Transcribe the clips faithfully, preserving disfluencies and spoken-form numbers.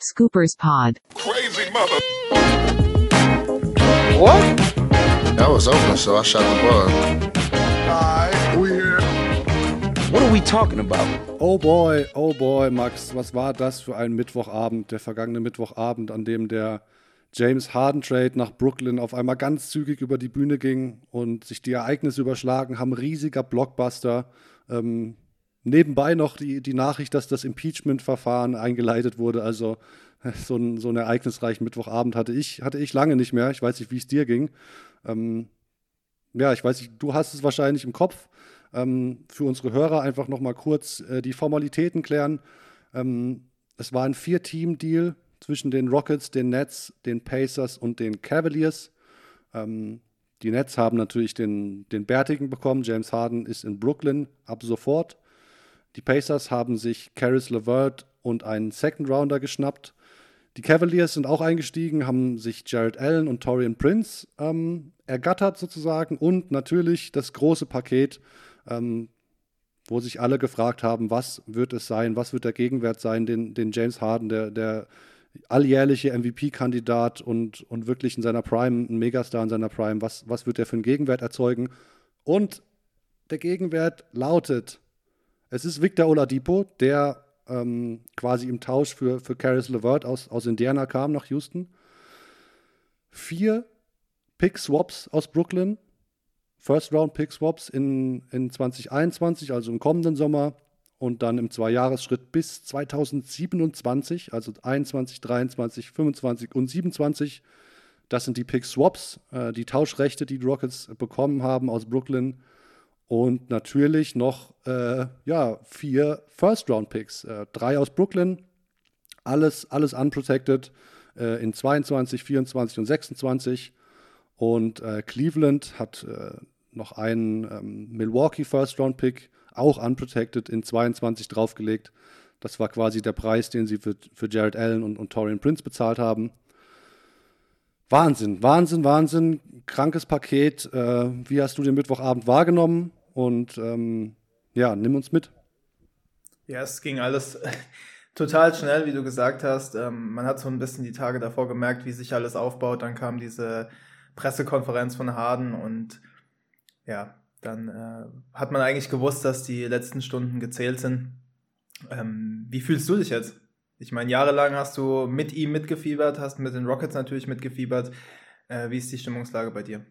Scoopers Pod. Crazy mother. What? That was open, so I shot the bug. Hi, we here. What are we talking about? Oh boy, oh boy, Max, was war das für ein Mittwochabend, der vergangene Mittwochabend, an dem der James Harden-Trade nach Brooklyn auf einmal ganz zügig über die Bühne ging und sich die Ereignisse überschlagen haben. Riesiger Blockbuster. Ähm, nebenbei noch die, die Nachricht, dass das Impeachment-Verfahren eingeleitet wurde. Also so, ein, so einen ereignisreichen Mittwochabend hatte ich, hatte ich lange nicht mehr. Ich weiß nicht, wie es dir ging. Ähm, ja, ich weiß nicht, du hast es wahrscheinlich im Kopf. Ähm, für unsere Hörer einfach noch mal kurz äh, die Formalitäten klären. Ähm, es war ein Vier-Team-Deal zwischen den Rockets, den Nets, den Pacers und den Cavaliers. Ähm, die Nets haben natürlich den, den Bärtigen bekommen. James Harden ist in Brooklyn ab sofort. Die Pacers haben sich Caris LeVert und einen Second-Rounder geschnappt. Die Cavaliers sind auch eingestiegen, haben sich Jared Allen und Taurean Prince ähm, ergattert sozusagen. Und natürlich das große Paket, ähm, wo sich alle gefragt haben, was wird es sein, was wird der Gegenwert sein, den, den James Harden, der, der alljährliche M V P-Kandidat und, und wirklich in seiner Prime, ein Megastar in seiner Prime, was, was wird er für einen Gegenwert erzeugen? Und der Gegenwert lautet, es ist Victor Oladipo, der ähm, quasi im Tausch für, für Caris LeVert aus, aus Indiana kam nach Houston. Vier Pick-Swaps aus Brooklyn, First-Round-Pick-Swaps in, in zwanzig einundzwanzig, also im kommenden Sommer. Und dann im Zweijahresschritt bis zwanzig siebenundzwanzig, also einundzwanzig, dreiundzwanzig, fünfundzwanzig und siebenundzwanzig. Das sind die Pick-Swaps, äh, die Tauschrechte, die die Rockets bekommen haben aus Brooklyn. Und natürlich noch äh, ja, vier First-Round-Picks. Äh, drei aus Brooklyn, alles, alles unprotected äh, in zweiundzwanzig, vierundzwanzig und sechsundzwanzig. Und äh, Cleveland hat äh, noch einen ähm, Milwaukee First-Round-Pick, auch unprotected in zweiundzwanzig draufgelegt. Das war quasi der Preis, den sie für, für Jared Allen und, und Taurean Prince bezahlt haben. Wahnsinn, Wahnsinn, Wahnsinn. Krankes Paket. Äh, wie hast du den Mittwochabend wahrgenommen? Und ähm, ja, nimm uns mit. Ja, es ging alles total schnell, wie du gesagt hast. Ähm, man hat so ein bisschen die Tage davor gemerkt, wie sich alles aufbaut. Dann kam diese Pressekonferenz von Harden und ja, dann äh, hat man eigentlich gewusst, dass die letzten Stunden gezählt sind. Ähm, wie fühlst du dich jetzt? Ich meine, jahrelang hast du mit ihm mitgefiebert, hast mit den Rockets natürlich mitgefiebert. Äh, wie ist die Stimmungslage bei dir?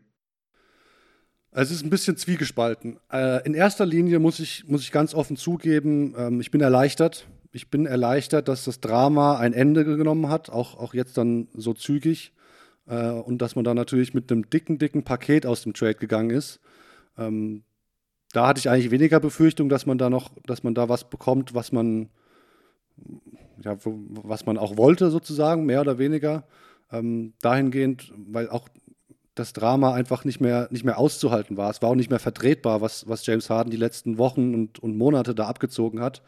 Es ist ein bisschen zwiegespalten. Äh, in erster Linie muss ich, muss ich ganz offen zugeben, ähm, ich bin erleichtert. Ich bin erleichtert, dass das Drama ein Ende genommen hat, auch, auch jetzt dann so zügig. Äh, und dass man da natürlich mit einem dicken, dicken Paket aus dem Trade gegangen ist. Ähm, da hatte ich eigentlich weniger Befürchtung, dass man da noch, dass man da was bekommt, was man, ja, was man auch wollte sozusagen, mehr oder weniger. Ähm, dahingehend, weil auch das Drama einfach nicht mehr, nicht mehr auszuhalten war. Es war auch nicht mehr vertretbar, was, was James Harden die letzten Wochen und, und Monate da abgezogen hat.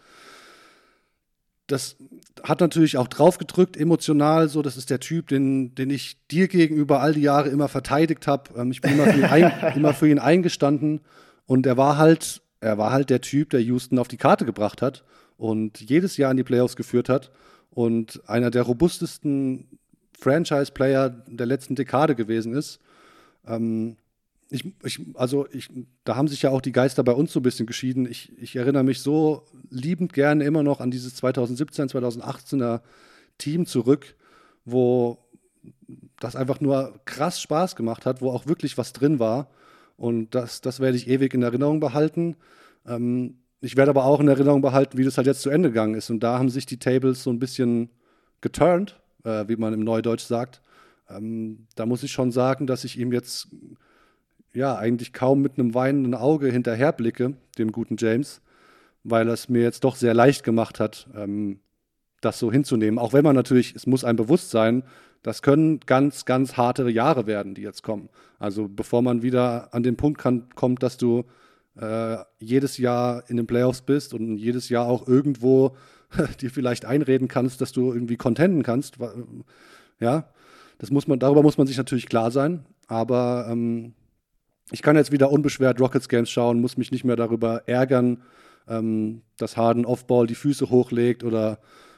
Das hat natürlich auch draufgedrückt, emotional so. Das ist der Typ, den, den ich dir gegenüber all die Jahre immer verteidigt habe. Ähm, ich bin immer für, ihn ein, immer für ihn eingestanden. Und er war halt, er war halt der Typ, der Houston auf die Karte gebracht hat und jedes Jahr in die Playoffs geführt hat. Und einer der robustesten Franchise-Player der letzten Dekade gewesen ist. Ähm, Ich, ich, also ich, da haben sich ja auch die Geister bei uns so ein bisschen geschieden. Ich, ich erinnere mich so liebend gerne immer noch an dieses zwanzig siebzehn, zwanzig achtzehner Team zurück, wo das einfach nur krass Spaß gemacht hat, wo auch wirklich was drin war. Und das, das werde ich ewig in Erinnerung behalten. Ähm, ich werde aber auch in Erinnerung behalten, wie das halt jetzt zu Ende gegangen ist. Und da haben sich die Tables so ein bisschen geturnt, äh, wie man im Neudeutsch sagt. Ähm, da muss ich schon sagen, dass ich ihm jetzt ja, eigentlich kaum mit einem weinenden Auge hinterherblicke, dem guten James, weil er es mir jetzt doch sehr leicht gemacht hat, ähm, das so hinzunehmen. Auch wenn man natürlich, es muss einem bewusst sein, das können ganz, ganz harte Jahre werden, die jetzt kommen. Also bevor man wieder an den Punkt kann, kommt, dass du äh, jedes Jahr in den Playoffs bist und jedes Jahr auch irgendwo dir vielleicht einreden kannst, dass du irgendwie contenten kannst. Ja, das muss man, darüber muss man sich natürlich klar sein, aber ähm, ich kann jetzt wieder unbeschwert Rockets Games schauen, muss mich nicht mehr darüber ärgern, ähm, dass Harden Offball die Füße hochlegt oder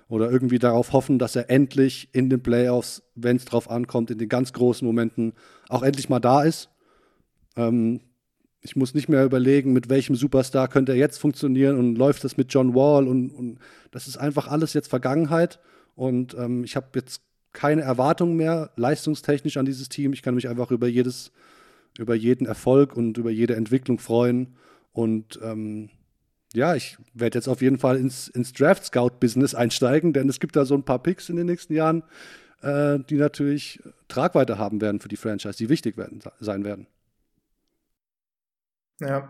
oder irgendwie darauf hoffen, dass er endlich in den Playoffs, wenn es drauf ankommt, in den ganz großen Momenten auch endlich mal da ist. Ähm, ich muss nicht mehr überlegen, mit welchem Superstar könnte er jetzt funktionieren und läuft das mit John Wall und, und das ist einfach alles jetzt Vergangenheit und ähm, ich habe jetzt keine Erwartungen mehr leistungstechnisch an dieses Team. Ich kann mich einfach über jedes, über jeden Erfolg und über jede Entwicklung freuen und ähm, ja, ich werde jetzt auf jeden Fall ins, ins Draft-Scout-Business einsteigen, denn es gibt da so ein paar Picks in den nächsten Jahren, äh, die natürlich Tragweite haben werden für die Franchise, die wichtig werden, sein werden. Ja,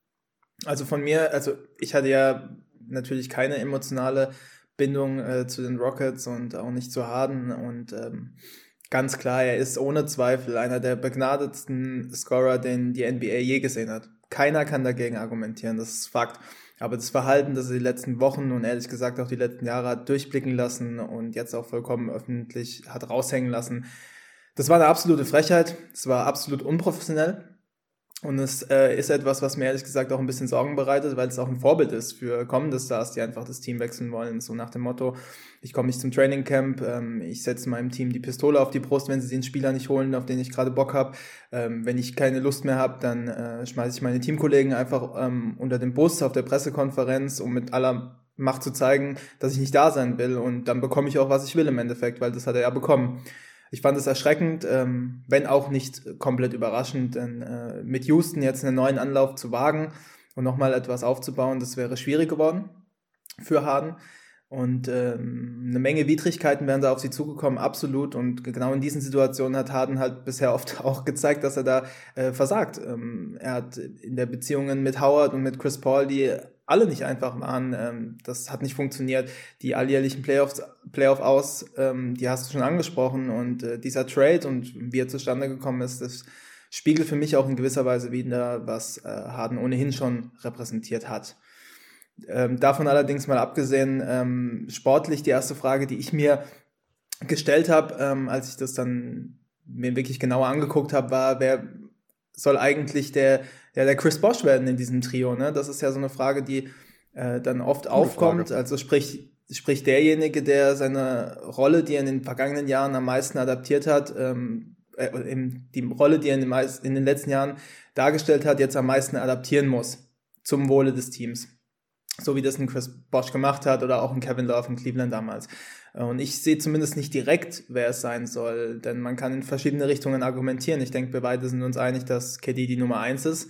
also von mir, also ich hatte ja natürlich keine emotionale Bindung äh, zu den Rockets und auch nicht zu Harden und ähm, ganz klar, er ist ohne Zweifel einer der begnadetsten Scorer, den die N B A je gesehen hat. Keiner kann dagegen argumentieren, das ist Fakt. Aber das Verhalten, das er die letzten Wochen und ehrlich gesagt auch die letzten Jahre hat durchblicken lassen und jetzt auch vollkommen öffentlich hat raushängen lassen, das war eine absolute Frechheit, es war absolut unprofessionell. Und es äh, ist etwas, was mir ehrlich gesagt auch ein bisschen Sorgen bereitet, weil es auch ein Vorbild ist für kommende Stars, die einfach das Team wechseln wollen. So nach dem Motto, ich komme nicht zum Trainingcamp, ähm, ich setze meinem Team die Pistole auf die Brust, wenn sie den Spieler nicht holen, auf den ich gerade Bock habe. Ähm, wenn ich keine Lust mehr habe, dann äh, schmeiße ich meine Teamkollegen einfach ähm, unter den Bus auf der Pressekonferenz, um mit aller Macht zu zeigen, dass ich nicht da sein will. Und dann bekomme ich auch, was ich will im Endeffekt, weil das hat er ja bekommen. Ich fand es erschreckend, ähm, wenn auch nicht komplett überraschend, denn äh, mit Houston jetzt einen neuen Anlauf zu wagen und nochmal etwas aufzubauen, das wäre schwierig geworden für Harden. Und ähm, eine Menge Widrigkeiten wären da auf sie zugekommen, absolut. Und genau in diesen Situationen hat Harden halt bisher oft auch gezeigt, dass er da äh, versagt. Ähm, er hat in der Beziehungen mit Howard und mit Chris Paul, die alle nicht einfach waren, ähm, das hat nicht funktioniert. Die alljährlichen Playoffs, Playoff aus, ähm, die hast du schon angesprochen. Und äh, dieser Trade und wie er zustande gekommen ist, das spiegelt für mich auch in gewisser Weise wider, was äh, Harden ohnehin schon repräsentiert hat. Ähm, davon allerdings mal abgesehen, ähm, sportlich die erste Frage, die ich mir gestellt habe, ähm, als ich das dann mir wirklich genauer angeguckt habe, war, wer soll eigentlich der, der, der Chris Bosh werden in diesem Trio? Ne? Das ist ja so eine Frage, die äh, dann oft Gute aufkommt. Frage. Also sprich, sprich derjenige, der seine Rolle, die er in den vergangenen Jahren am meisten adaptiert hat, ähm, äh, die Rolle, die er in den, meist, in den letzten Jahren dargestellt hat, jetzt am meisten adaptieren muss zum Wohle des Teams. So wie das ein Chris Bosh gemacht hat oder auch ein Kevin Love in Cleveland damals. Und ich sehe zumindest nicht direkt, wer es sein soll, denn man kann in verschiedene Richtungen argumentieren. Ich denke, wir beide sind uns einig, dass K D die Nummer eins ist.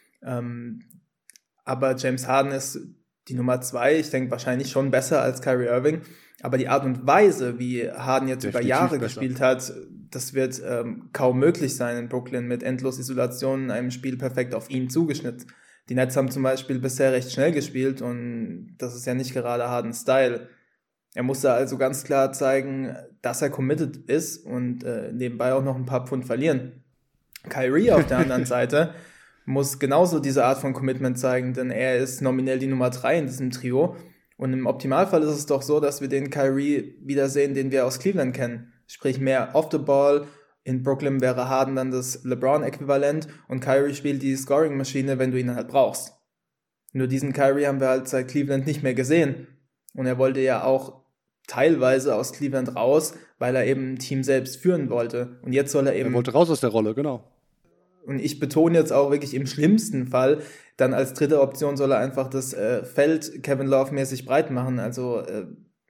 Ähm, aber James Harden ist die Nummer zwei. Ich denke wahrscheinlich schon besser als Kyrie Irving. Aber die Art und Weise, wie Harden jetzt Definitiv über Jahre besser. gespielt hat, das wird ähm, kaum möglich sein in Brooklyn mit endlos Isolation in einem Spiel perfekt auf ihn zugeschnitten. Die Nets haben zum Beispiel bisher recht schnell gespielt und das ist ja nicht gerade Hardens Style. Er musste also ganz klar zeigen, dass er committed ist und äh, nebenbei auch noch ein paar Pfund verlieren. Kyrie auf der anderen Seite muss genauso diese Art von Commitment zeigen, denn er ist nominell die Nummer drei in diesem Trio. Und im Optimalfall ist es doch so, dass wir den Kyrie wiedersehen, den wir aus Cleveland kennen. Sprich mehr off the ball. In Brooklyn wäre Harden dann das LeBron-Äquivalent und Kyrie spielt die Scoring-Maschine, wenn du ihn halt brauchst. Nur diesen Kyrie haben wir halt seit Cleveland nicht mehr gesehen. Und er wollte ja auch teilweise aus Cleveland raus, weil er eben ein Team selbst führen wollte. Und jetzt soll er eben... Er wollte raus aus der Rolle, genau. Und ich betone jetzt auch wirklich im schlimmsten Fall, dann als dritte Option soll er einfach das äh, Feld Kevin Love-mäßig breit machen. Also äh,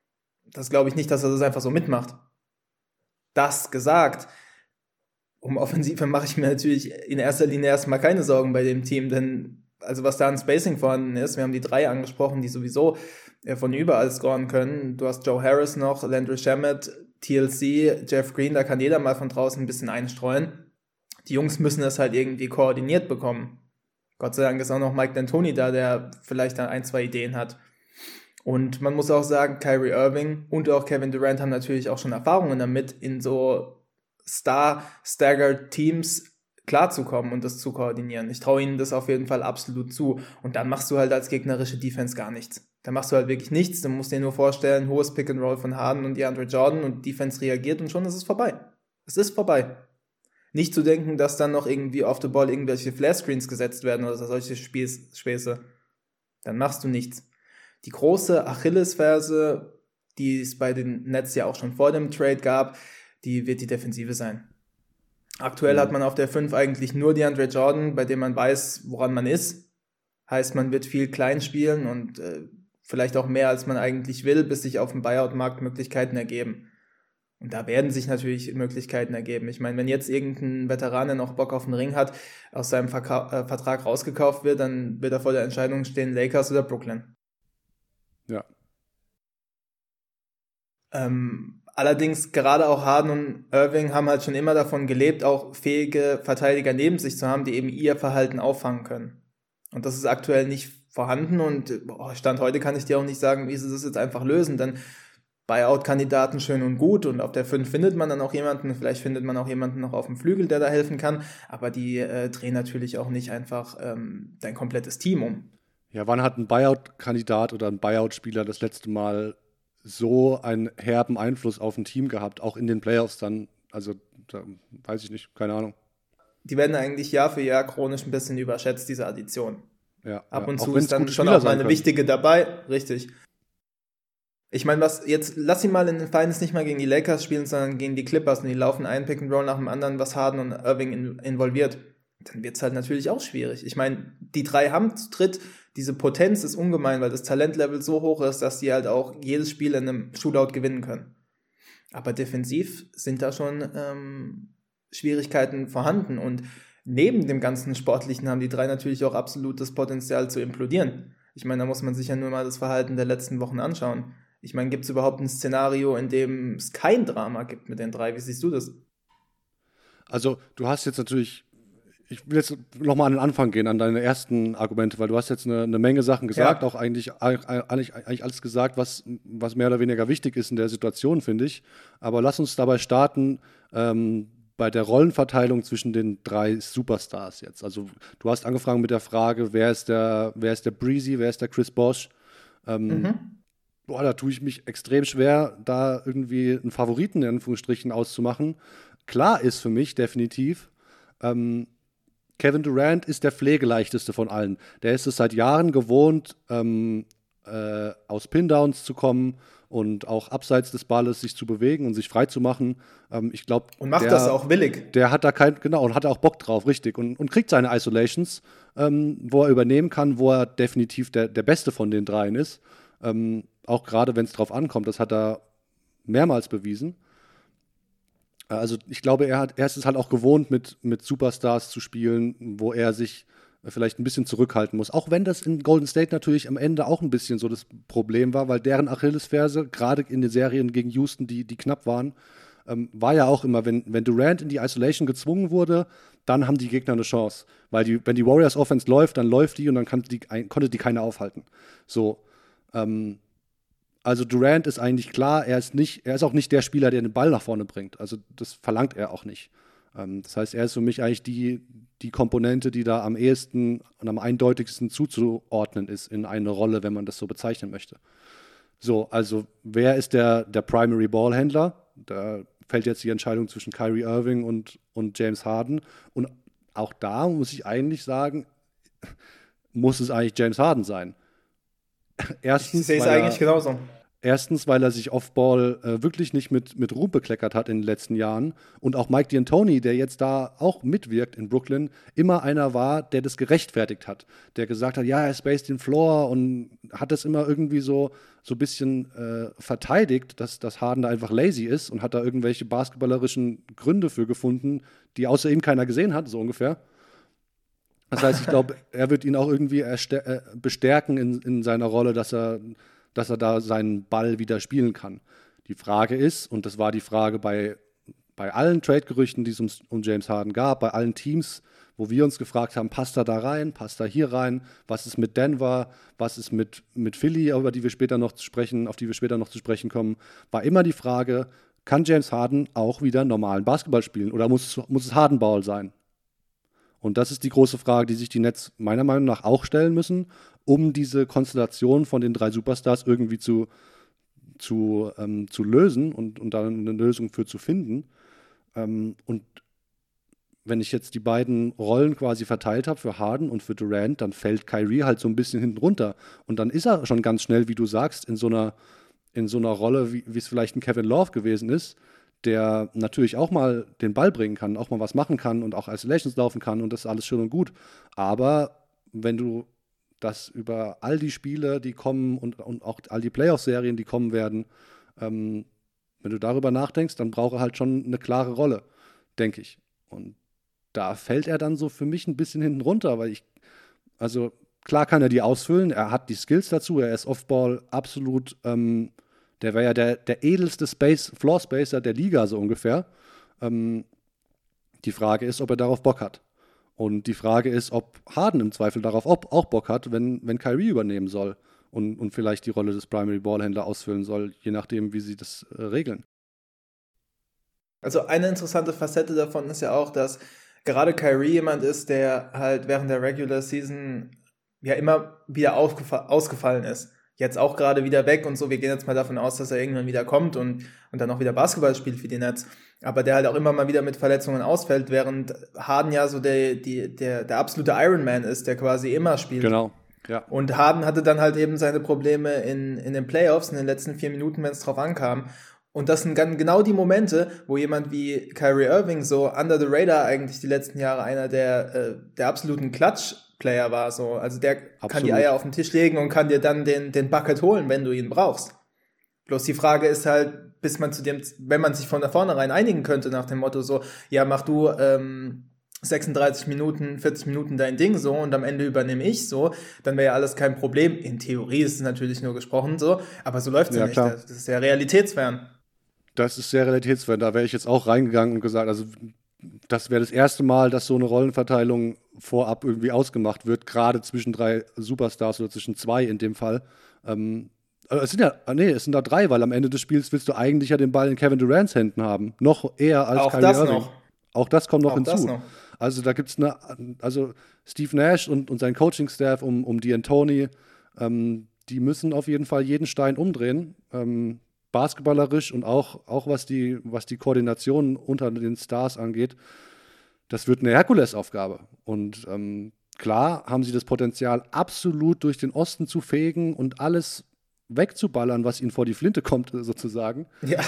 das glaube ich nicht, dass er das einfach so mitmacht. Das gesagt... Um Offensive mache ich mir natürlich in erster Linie erstmal keine Sorgen bei dem Team, denn also was da an Spacing vorhanden ist, wir haben die drei angesprochen, die sowieso äh, von überall scoren können. Du hast Joe Harris noch, Landry Shamet, T L C, Jeff Green, da kann jeder mal von draußen ein bisschen einstreuen. Die Jungs müssen das halt irgendwie koordiniert bekommen. Gott sei Dank ist auch noch Mike D'Antoni da, der vielleicht da ein, zwei Ideen hat. Und man muss auch sagen, Kyrie Irving und auch Kevin Durant haben natürlich auch schon Erfahrungen damit, in so Star-Staggered-Teams klarzukommen und das zu koordinieren. Ich traue ihnen das auf jeden Fall absolut zu. Und dann machst du halt als gegnerische Defense gar nichts. Dann machst du halt wirklich nichts. Du musst dir nur vorstellen, hohes Pick-and-Roll von Harden und DeAndre Jordan und Defense reagiert und schon ist es vorbei. Es ist vorbei. Nicht zu denken, dass dann noch irgendwie off the ball irgendwelche Flare-Screens gesetzt werden oder solche Späße. Dann machst du nichts. Die große Achillesferse die es bei den Nets ja auch schon vor dem Trade gab, die wird die Defensive sein. Aktuell mhm. hat man auf der fünf eigentlich nur DeAndre Jordan, bei dem man weiß, woran man ist. Heißt, man wird viel klein spielen und äh, vielleicht auch mehr, als man eigentlich will, bis sich auf dem Buyout-Markt Möglichkeiten ergeben. Und da werden sich natürlich Möglichkeiten ergeben. Ich meine, wenn jetzt irgendein Veteran, der noch Bock auf den Ring hat, aus seinem Verka- äh, Vertrag rausgekauft wird, dann wird er vor der Entscheidung stehen, Lakers oder Brooklyn. Ja. Ähm, allerdings, gerade auch Harden und Irving haben halt schon immer davon gelebt, auch fähige Verteidiger neben sich zu haben, die eben ihr Verhalten auffangen können. Und das ist aktuell nicht vorhanden und boah, Stand heute kann ich dir auch nicht sagen, wie sie das jetzt einfach lösen, denn Buyout-Kandidaten schön und gut und auf der fünf findet man dann auch jemanden, vielleicht findet man auch jemanden noch auf dem Flügel, der da helfen kann, aber die äh, drehen natürlich auch nicht einfach ähm, dein komplettes Team um. Ja, wann hat ein Buyout-Kandidat oder ein Buyout-Spieler das letzte Mal so einen herben Einfluss auf ein Team gehabt, auch in den Playoffs dann? Also, da weiß ich nicht, keine Ahnung. Die werden eigentlich Jahr für Jahr chronisch ein bisschen überschätzt, diese Addition. Ja, Ab ja. und Auch zu wenn's ist dann gute schon Spieler auch mal sein eine können. wichtige dabei, richtig. Ich meine, was jetzt, lass sie mal in den Finals nicht mal gegen die Lakers spielen, sondern gegen die Clippers und die laufen einen Pick and Roll nach dem anderen, was Harden und Irving in, involviert. Dann wird es halt natürlich auch schwierig. Ich meine, die drei haben zu dritt, diese Potenz ist ungemein, weil das Talentlevel so hoch ist, dass die halt auch jedes Spiel in einem Shootout gewinnen können. Aber defensiv sind da schon ähm, Schwierigkeiten vorhanden und neben dem ganzen Sportlichen haben die drei natürlich auch absolut das Potenzial zu implodieren. Ich meine, da muss man sich ja nur mal das Verhalten der letzten Wochen anschauen. Ich meine, gibt es überhaupt ein Szenario, in dem es kein Drama gibt mit den drei? Wie siehst du das? Also, du hast jetzt natürlich, ich will jetzt nochmal an den Anfang gehen, an deine ersten Argumente, weil du hast jetzt eine, eine Menge Sachen gesagt, Ja. auch eigentlich, eigentlich, eigentlich alles gesagt, was, was mehr oder weniger wichtig ist in der Situation, finde ich. Aber lass uns dabei starten, ähm, bei der Rollenverteilung zwischen den drei Superstars jetzt. Also, du hast angefangen mit der Frage, wer ist der, wer ist der Breezy, wer ist der Chris Bosh? Ähm, Mhm. Boah, da tue ich mich extrem schwer, da irgendwie einen Favoriten in Anführungsstrichen auszumachen. Klar ist für mich definitiv, ähm, Kevin Durant ist der pflegeleichteste von allen. Der ist es seit Jahren gewohnt, ähm, äh, aus Pindowns zu kommen und auch abseits des Balles sich zu bewegen und sich frei zu machen. Ähm, ich glaube, Und macht der, das auch willig. Der hat da kein, genau, und hat auch Bock drauf, richtig. Und, und kriegt seine Isolations, ähm, wo er übernehmen kann, wo er definitiv der, der Beste von den dreien ist. Ähm, auch gerade wenn es drauf ankommt, das hat er mehrmals bewiesen. Also ich glaube, er, hat, er ist es halt auch gewohnt, mit, mit Superstars zu spielen, wo er sich vielleicht ein bisschen zurückhalten muss. Auch wenn das in Golden State natürlich am Ende auch ein bisschen so das Problem war, weil deren Achillesferse, gerade in den Serien gegen Houston, die, die knapp waren, ähm, war ja auch immer, wenn, wenn Durant in die Isolation gezwungen wurde, dann haben die Gegner eine Chance. Weil die, wenn die Warriors Offense läuft, dann läuft die und dann kann die, konnte die keiner aufhalten. So, ähm, Also Durant ist eigentlich klar, er ist nicht, er ist auch nicht der Spieler, der den Ball nach vorne bringt. Also das verlangt er auch nicht. Ähm, das heißt, er ist für mich eigentlich die, die Komponente, die da am ehesten und am eindeutigsten zuzuordnen ist in eine Rolle, wenn man das so bezeichnen möchte. So, also wer ist der, der Primary Ballhändler? Da fällt jetzt die Entscheidung zwischen Kyrie Irving und, und James Harden. Und auch da muss ich eigentlich sagen, muss es eigentlich James Harden sein. Erstens, Ich sehe es weil er- eigentlich genauso. Erstens, weil er sich Offball äh, wirklich nicht mit, mit Ruhm bekleckert hat in den letzten Jahren. Und auch Mike D'Antoni, der jetzt da auch mitwirkt in Brooklyn, immer einer war, der das gerechtfertigt hat. Der gesagt hat, ja, er spaced den Floor und hat das immer irgendwie so so ein bisschen äh, verteidigt, dass, dass Harden da einfach lazy ist und hat da irgendwelche basketballerischen Gründe für gefunden, die außer ihm keiner gesehen hat, so ungefähr. Das heißt, ich glaube, er wird ihn auch irgendwie erste- äh, bestärken in, in seiner Rolle, dass er dass er da seinen Ball wieder spielen kann. Die Frage ist, und das war die Frage bei, bei allen Trade-Gerüchten, die es um, um James Harden gab, bei allen Teams, wo wir uns gefragt haben, passt er da rein, passt er hier rein, was ist mit Denver, was ist mit, mit Philly, über die wir später noch zu sprechen, auf die wir später noch zu sprechen kommen, war immer die Frage, kann James Harden auch wieder normalen Basketball spielen oder muss es, muss es Harden-Ball sein? Und das ist die große Frage, die sich die Nets meiner Meinung nach auch stellen müssen, um diese Konstellation von den drei Superstars irgendwie zu, zu, ähm, zu lösen und, und da eine Lösung für zu finden. Ähm, und wenn ich jetzt die beiden Rollen quasi verteilt habe für Harden und für Durant, dann fällt Kyrie halt so ein bisschen hinten runter. Und dann ist er schon ganz schnell, wie du sagst, in so einer, in so einer Rolle, wie wie es vielleicht ein Kevin Love gewesen ist, der natürlich auch mal den Ball bringen kann, auch mal was machen kann und auch Isolations laufen kann und das ist alles schön und gut. Aber wenn du das über all die Spiele, die kommen und, und auch all die Playoff-Serien, die kommen werden, ähm, wenn du darüber nachdenkst, dann braucht er halt schon eine klare Rolle, denke ich. Und da fällt er dann so für mich ein bisschen hinten runter, weil ich, also klar kann er die ausfüllen, er hat die Skills dazu, er ist Offball absolut, ähm, der wäre ja der, der edelste Space, Floor Spacer der Liga so ungefähr. Ähm, die Frage ist, ob er darauf Bock hat. Und die Frage ist, ob Harden im Zweifel darauf auch, auch Bock hat, wenn, wenn Kyrie übernehmen soll und, und vielleicht die Rolle des Primary Ballhändler ausfüllen soll, je nachdem, wie sie das äh, regeln. Also eine interessante Facette davon ist ja auch, dass gerade Kyrie jemand ist, der halt während der Regular Season ja immer wieder aufgefa- ausgefallen ist. Jetzt auch gerade wieder weg und so. Wir gehen jetzt mal davon aus, dass er irgendwann wieder kommt und, und dann auch wieder Basketball spielt für die Nets. Aber der halt auch immer mal wieder mit Verletzungen ausfällt, während Harden ja so der, die, der, der absolute Ironman ist, der quasi immer spielt. Genau, ja. Und Harden hatte dann halt eben seine Probleme in, in den Playoffs, in den letzten vier Minuten, wenn es drauf ankam. Und das sind gan- genau die Momente, wo jemand wie Kyrie Irving so under the radar eigentlich die letzten Jahre einer der, äh, der absoluten Klatsch-Player war. So. Also der Absolut. kann die Eier auf den Tisch legen und kann dir dann den, den Bucket holen, wenn du ihn brauchst. Bloß die Frage ist halt, bis man zu dem, wenn man sich von da vornherein einigen könnte nach dem Motto so, ja, mach du ähm, sechsunddreißig Minuten, vierzig Minuten dein Ding so und am Ende übernehme ich so, dann wäre ja alles kein Problem. In Theorie ist es natürlich nur gesprochen so, aber so läuft es ja, Ja, nicht. klar. Das ist ja realitätsfern. Das ist sehr realitätsfern. Da wäre ich jetzt auch reingegangen und gesagt, also das wäre das erste Mal, dass so eine Rollenverteilung vorab irgendwie ausgemacht wird, gerade zwischen drei Superstars oder zwischen zwei in dem Fall. Ähm, es sind ja, nee, es sind da drei, weil am Ende des Spiels willst du eigentlich ja den Ball in Kevin Durants Händen haben. Noch eher als Auch Kyrie das Irving. noch. Auch das kommt noch Auch hinzu. das noch. Also da gibt es eine, also Steve Nash und, und sein Coaching-Staff um, um D'Antoni, ähm, die müssen auf jeden Fall jeden Stein umdrehen. Ähm, basketballerisch und auch, auch was die, was die Koordination unter den Stars angeht, das wird eine Herkulesaufgabe. Und ähm, klar haben sie das Potenzial, absolut durch den Osten zu fegen und alles wegzuballern, was ihnen vor die Flinte kommt, sozusagen. Ja.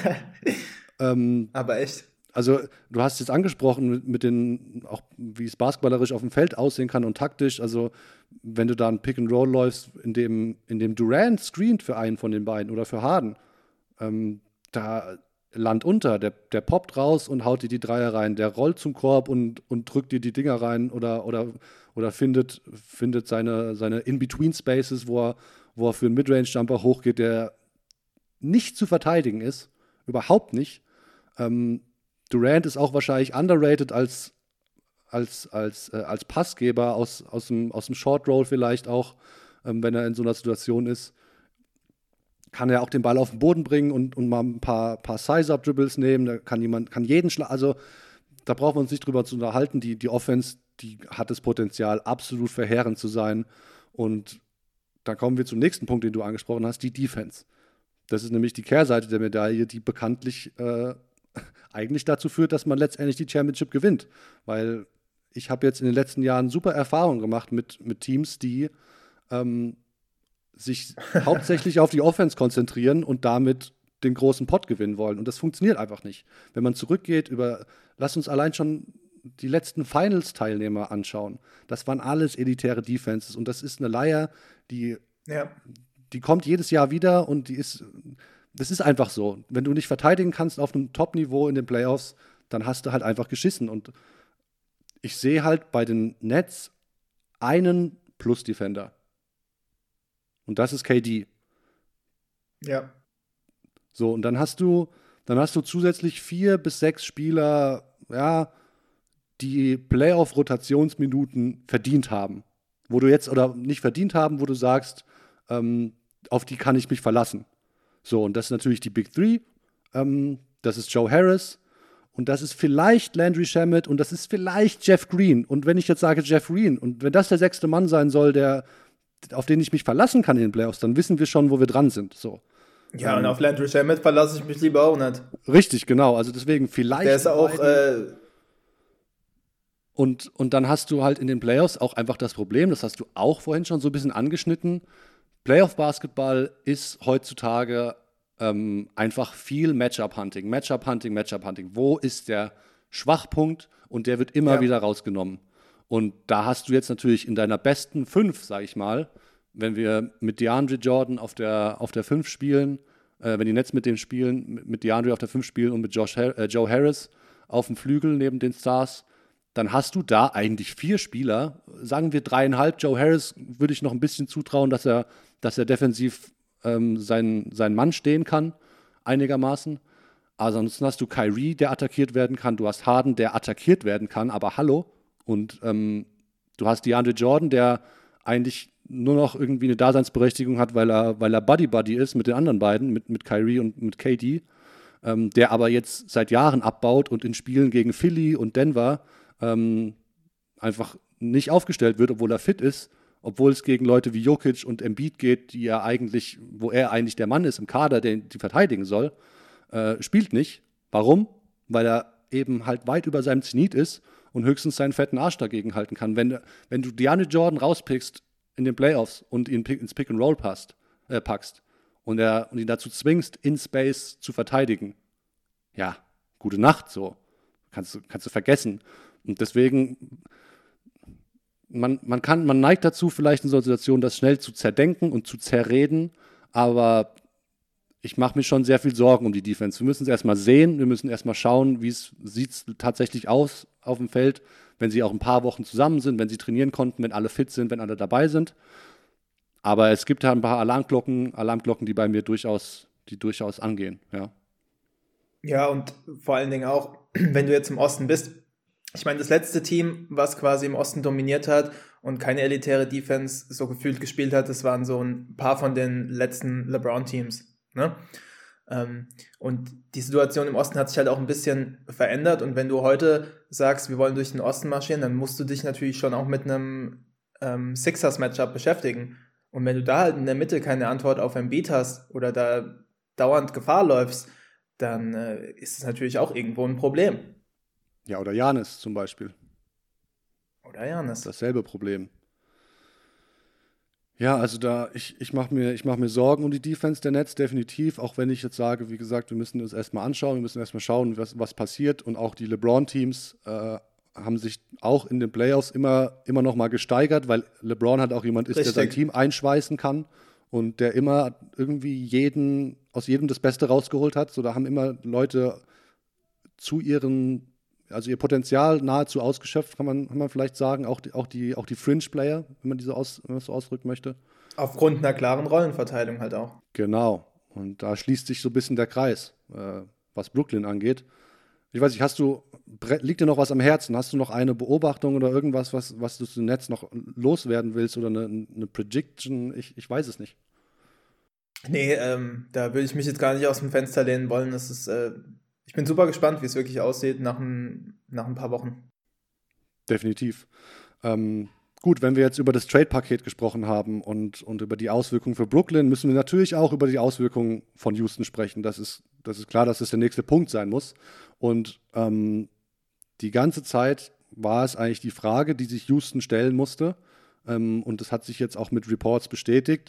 ähm, Aber echt. Also du hast jetzt angesprochen mit, mit den, auch wie es basketballerisch auf dem Feld aussehen kann und taktisch, also wenn du da ein Pick and Roll läufst, in dem, in dem Durant screent für einen von den beiden oder für Harden, ähm, da Land unter, der, der poppt raus und haut dir die Dreier rein, der rollt zum Korb und, und drückt dir die Dinger rein oder, oder, oder findet, findet seine, seine In-Between-Spaces, wo er, wo er für einen Midrange-Jumper hochgeht, der nicht zu verteidigen ist, überhaupt nicht. Ähm, Durant ist auch wahrscheinlich underrated als, als, als, äh, als Passgeber aus, aus, dem, aus dem Short Roll vielleicht auch, ähm, wenn er in so einer Situation ist. Kann er auch den Ball auf den Boden bringen und, und mal ein paar, paar Size-Up-Dribbles nehmen. Da kann jemand, kann jeden schlagen. Also da brauchen wir uns nicht drüber zu unterhalten. Die, die Offense, die hat das Potenzial, absolut verheerend zu sein. Und da kommen wir zum nächsten Punkt, den du angesprochen hast, die Defense. Das ist nämlich die Kehrseite der Medaille, die bekanntlich äh, eigentlich dazu führt, dass man letztendlich die Championship gewinnt. Weil ich habe jetzt in den letzten Jahren super Erfahrungen gemacht mit, mit Teams, die ähm, sich hauptsächlich auf die Offense konzentrieren und damit den großen Pot gewinnen wollen. Und das funktioniert einfach nicht. Wenn man zurückgeht über, lass uns allein schon die letzten Finals-Teilnehmer anschauen. Das waren alles elitäre Defenses und das ist eine Leier, die, Ja. die kommt jedes Jahr wieder und die ist, das ist einfach so. Wenn du nicht verteidigen kannst auf einem Top-Niveau in den Playoffs, dann hast du halt einfach geschissen. Und ich sehe halt bei den Nets einen Plus-Defender. Und das ist K D. Ja. So, und dann hast du, dann hast du zusätzlich vier bis sechs Spieler, ja, die Playoff-Rotationsminuten verdient haben. Wo du jetzt, oder nicht verdient haben, wo du sagst, ähm, auf die kann ich mich verlassen. So, und das ist natürlich die Big Three. Ähm, das ist Joe Harris. Und das ist vielleicht Landry Shamet. Und das ist vielleicht Jeff Green. Und wenn ich jetzt sage Jeff Green, und wenn das der sechste Mann sein soll, der auf den ich mich verlassen kann in den Playoffs, dann wissen wir schon, wo wir dran sind. So. Ja, ähm, und auf Landry Shamet verlasse ich mich lieber auch nicht. Richtig, genau. Also deswegen vielleicht. Der ist auch, äh, und, und dann hast du halt in den Playoffs auch einfach das Problem, das hast du auch vorhin schon so ein bisschen angeschnitten. Playoff-Basketball ist heutzutage ähm, einfach viel Matchup-Hunting, Matchup-Hunting, Matchup-Hunting. Wo ist der Schwachpunkt? Und der wird immer Ja. wieder rausgenommen. Und da hast du jetzt natürlich in deiner besten fünf, sag ich mal, wenn wir mit DeAndre Jordan auf der, auf der fünf spielen, äh, wenn die Nets mit dem spielen, mit, mit DeAndre auf der fünf spielen und mit Josh Har- äh, Joe Harris auf dem Flügel neben den Stars, dann hast du da eigentlich vier Spieler, sagen wir dreieinhalb. Joe Harris würde ich noch ein bisschen zutrauen, dass er, dass er defensiv ähm, seinen, seinen Mann stehen kann, einigermaßen. Aber ansonsten hast du Kyrie, der attackiert werden kann. Du hast Harden, der attackiert werden kann, aber hallo. Und ähm, du hast DeAndre Jordan, der eigentlich nur noch irgendwie eine Daseinsberechtigung hat, weil er, weil er Buddy-Buddy ist mit den anderen beiden, mit, mit Kyrie und mit K D, ähm, der aber jetzt seit Jahren abbaut und in Spielen gegen Philly und Denver ähm, einfach nicht aufgestellt wird, obwohl er fit ist, obwohl es gegen Leute wie Jokic und Embiid geht, die er eigentlich, wo er eigentlich der Mann ist im Kader, der die verteidigen soll, äh, spielt nicht. Warum? Weil er eben halt weit über seinem Zenit ist und höchstens seinen fetten Arsch dagegen halten kann. Wenn, wenn du DeAndre Jordan rauspickst in den Playoffs und ihn pick, ins Pick and Roll passt, äh, packst und, er, und ihn dazu zwingst, in Space zu verteidigen, ja, gute Nacht, so. Kannst du, kannst du vergessen. Und deswegen, man, man, kann, man neigt dazu, vielleicht in so einer Situation das schnell zu zerdenken und zu zerreden, aber ich mache mir schon sehr viel Sorgen um die Defense. Wir müssen es erstmal sehen, wir müssen erstmal schauen, wie es sieht tatsächlich aus auf dem Feld, wenn sie auch ein paar Wochen zusammen sind, wenn sie trainieren konnten, wenn alle fit sind, wenn alle dabei sind. Aber es gibt da ein paar Alarmglocken, Alarmglocken, die bei mir durchaus, die durchaus angehen, ja. Ja, und vor allen Dingen auch, wenn du jetzt im Osten bist, ich meine, das letzte Team, was quasi im Osten dominiert hat und keine elitäre Defense so gefühlt gespielt hat, das waren so ein paar von den letzten LeBron-Teams. Ne? Ähm, und die Situation im Osten hat sich halt auch ein bisschen verändert. Und wenn du heute sagst, wir wollen durch den Osten marschieren, dann musst du dich natürlich schon auch mit einem ähm, Sixers-Matchup beschäftigen. Und wenn du da halt in der Mitte keine Antwort auf Embiid hast oder da dauernd Gefahr läufst, dann äh, ist es natürlich auch irgendwo ein Problem. Ja, oder Giannis zum Beispiel. Oder Giannis. Dasselbe Problem. Ja, also da, ich, ich mache mir, ich mach mir Sorgen um die Defense der Nets, definitiv, auch wenn ich jetzt sage, wie gesagt, wir müssen uns erstmal anschauen, wir müssen erstmal schauen, was, was passiert. Und auch die LeBron-Teams äh, haben sich auch in den Playoffs immer, immer noch mal gesteigert, weil LeBron halt auch jemand ist, Richtig. der sein Team einschweißen kann und der immer irgendwie jeden, aus jedem das Beste rausgeholt hat. So, da haben immer Leute zu ihren, also ihr Potenzial nahezu ausgeschöpft, kann man, kann man vielleicht sagen, auch die, auch die, auch die Fringe-Player, wenn man, diese aus, wenn man das so ausdrücken möchte. Aufgrund einer klaren Rollenverteilung halt auch. Genau. Und da schließt sich so ein bisschen der Kreis, äh, was Brooklyn angeht. Ich weiß nicht, hast du, liegt dir noch was am Herzen? Hast du noch eine Beobachtung oder irgendwas, was, was du zum Netz noch loswerden willst oder eine, eine Prediction? Ich, ich weiß es nicht. Nee, ähm, da würde ich mich jetzt gar nicht aus dem Fenster lehnen wollen. Das ist, äh, ich bin super gespannt, wie es wirklich aussieht nach ein, nach ein paar Wochen. Definitiv. Ähm, gut, wenn wir jetzt über das Trade-Paket gesprochen haben und, und über die Auswirkungen für Brooklyn, müssen wir natürlich auch über die Auswirkungen von Houston sprechen. Das ist, das ist klar, dass das der nächste Punkt sein muss. Und ähm, die ganze Zeit war es eigentlich die Frage, die sich Houston stellen musste. Ähm, und das hat sich jetzt auch mit Reports bestätigt.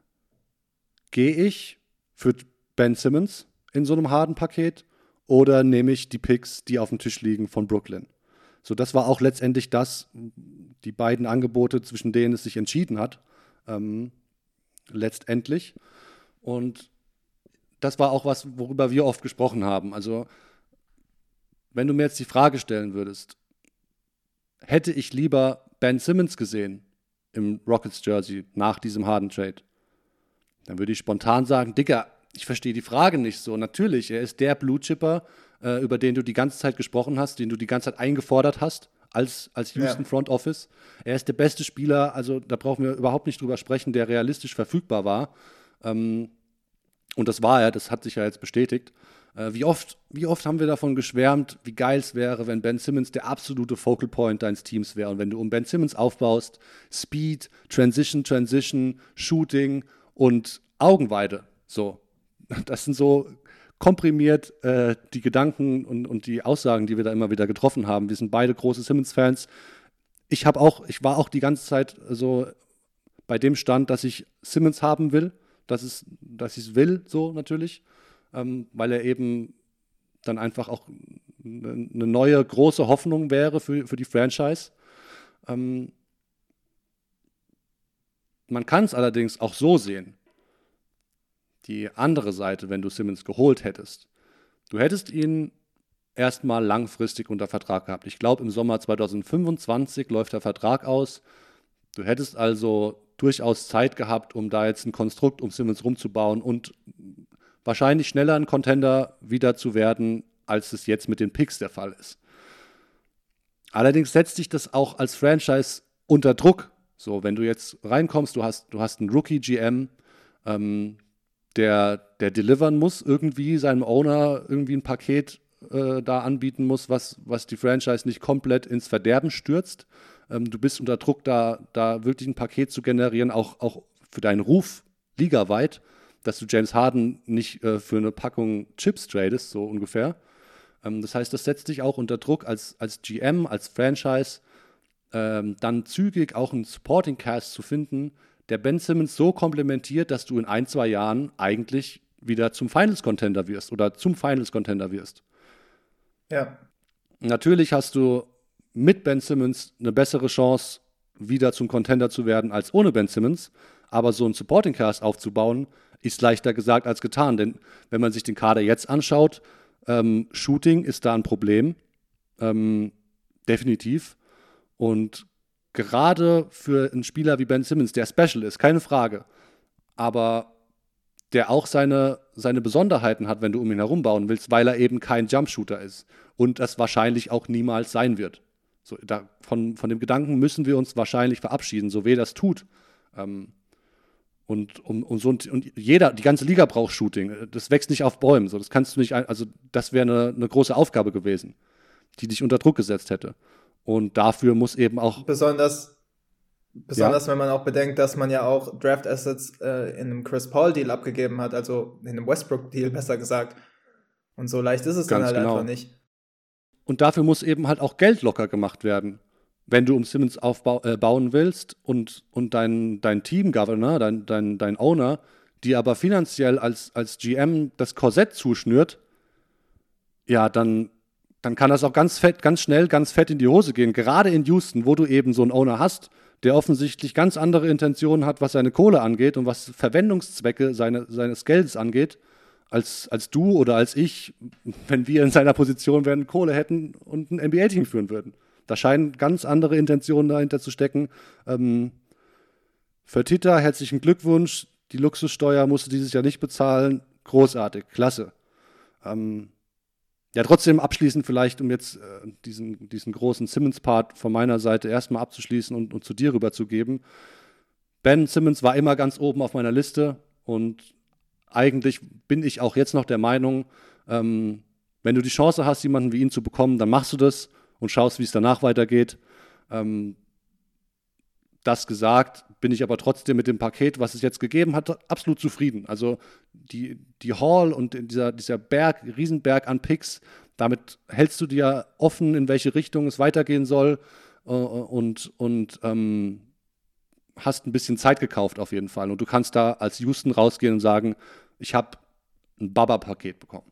Gehe ich für Ben Simmons in so einem Harden-Paket oder nehme ich die Picks, die auf dem Tisch liegen von Brooklyn? So, das war auch letztendlich das, die beiden Angebote, zwischen denen es sich entschieden hat, ähm, letztendlich. Und das war auch was, worüber wir oft gesprochen haben. Also, wenn du mir jetzt die Frage stellen würdest, hätte ich lieber Ben Simmons gesehen im Rockets-Jersey nach diesem Harden-Trade, dann würde ich spontan sagen, Digga, ich verstehe die Frage nicht so. Natürlich, er ist der Blue-Chipper, äh, über den du die ganze Zeit gesprochen hast, den du die ganze Zeit eingefordert hast als, als Houston Ja. Front Office. Er ist der beste Spieler, also da brauchen wir überhaupt nicht drüber sprechen, der realistisch verfügbar war. Ähm, und das war er, das hat sich ja jetzt bestätigt. Äh, wie oft, wie oft haben wir davon geschwärmt, wie geil es wäre, wenn Ben Simmons der absolute Focal Point deines Teams wäre. Und wenn du um Ben Simmons aufbaust, Speed, Transition, Transition, Shooting und Augenweide, so. Das sind so komprimiert äh, die Gedanken und, und die Aussagen, die wir da immer wieder getroffen haben. Wir sind beide große Simmons-Fans. Ich habe auch, ich war auch die ganze Zeit so bei dem Stand, dass ich Simmons haben will, dass es, dass ich es will, so natürlich. ähm, weil er eben dann einfach auch eine neue große Hoffnung wäre für, für die Franchise. Ähm, man kann es allerdings auch so sehen. Die andere Seite, wenn du Simmons geholt hättest. Du hättest ihn erstmal langfristig unter Vertrag gehabt. Ich glaube, im Sommer zwanzig fünfundzwanzig läuft der Vertrag aus. Du hättest also durchaus Zeit gehabt, um da jetzt ein Konstrukt um Simmons rumzubauen und wahrscheinlich schneller ein Contender wieder zu werden, als es jetzt mit den Picks der Fall ist. Allerdings setzt dich das auch als Franchise unter Druck. So, wenn du jetzt reinkommst, du hast, du hast einen Rookie-G M, ähm, der, der delivern muss, irgendwie seinem Owner irgendwie ein Paket äh, da anbieten muss, was, was die Franchise nicht komplett ins Verderben stürzt. Ähm, du bist unter Druck, da, da wirklich ein Paket zu generieren, auch, auch für deinen Ruf ligaweit, dass du James Harden nicht äh, für eine Packung Chips tradest, so ungefähr. Ähm, das heißt, das setzt dich auch unter Druck als, als G M, als Franchise, ähm, dann zügig auch einen Supporting Cast zu finden, der Ben Simmons so komplementiert, dass du in ein, zwei Jahren eigentlich wieder zum Finals-Contender wirst oder zum Finals-Contender wirst. Ja. Natürlich hast du mit Ben Simmons eine bessere Chance, wieder zum Contender zu werden, als ohne Ben Simmons. Aber so einen Supporting Cast aufzubauen, ist leichter gesagt als getan. Denn wenn man sich den Kader jetzt anschaut, ähm, Shooting ist da ein Problem. Ähm, definitiv. Und gerade für einen Spieler wie Ben Simmons, der special ist, keine Frage, aber der auch seine, seine Besonderheiten hat, wenn du um ihn herum bauen willst, weil er eben kein Jumpshooter ist und das wahrscheinlich auch niemals sein wird. So, da, von, von dem Gedanken müssen wir uns wahrscheinlich verabschieden, so weh das tut. Ähm, und, um, um so, und jeder, die ganze Liga braucht Shooting. Das wächst nicht auf Bäumen. So, das kannst du nicht, also das wäre eine, eine große Aufgabe gewesen, die dich unter Druck gesetzt hätte. Und dafür muss eben auch... Besonders, besonders ja. wenn man auch bedenkt, dass man ja auch Draft-Assets äh, in einem Chris Paul-Deal abgegeben hat, also in einem Westbrook-Deal besser gesagt. Und so leicht ist es Ganz dann halt genau. einfach nicht. Und dafür muss eben halt auch Geld locker gemacht werden. Wenn du um Simmons aufbauen äh, willst und, und dein, dein Team-Governor, dein, dein, dein Owner, die aber finanziell als, als G M das Korsett zuschnürt, ja, dann... dann kann das auch ganz fett, ganz schnell, ganz fett in die Hose gehen. Gerade in Houston, wo du eben so einen Owner hast, der offensichtlich ganz andere Intentionen hat, was seine Kohle angeht und was Verwendungszwecke seine, seines Geldes angeht, als, als du oder als ich, wenn wir in seiner Position wären, Kohle hätten und ein N B A-Team führen würden. Da scheinen ganz andere Intentionen dahinter zu stecken. Ähm, für Tita herzlichen Glückwunsch. Die Luxussteuer musst du dieses Jahr nicht bezahlen. Großartig, klasse. Ähm, Ja, trotzdem abschließend vielleicht, um jetzt äh, diesen, diesen großen Simmons-Part von meiner Seite erstmal abzuschließen und, und zu dir rüberzugeben. Ben Simmons war immer ganz oben auf meiner Liste und eigentlich bin ich auch jetzt noch der Meinung, ähm, wenn du die Chance hast, jemanden wie ihn zu bekommen, dann machst du das und schaust, wie es danach weitergeht. Ähm, das gesagt, bin ich aber trotzdem mit dem Paket, was es jetzt gegeben hat, absolut zufrieden. Also die, die Hall und dieser, dieser Berg, Riesenberg an Picks, damit hältst du dir offen, in welche Richtung es weitergehen soll äh, und, und ähm, hast ein bisschen Zeit gekauft auf jeden Fall. Und du kannst da als Houston rausgehen und sagen, ich habe ein Baba-Paket bekommen.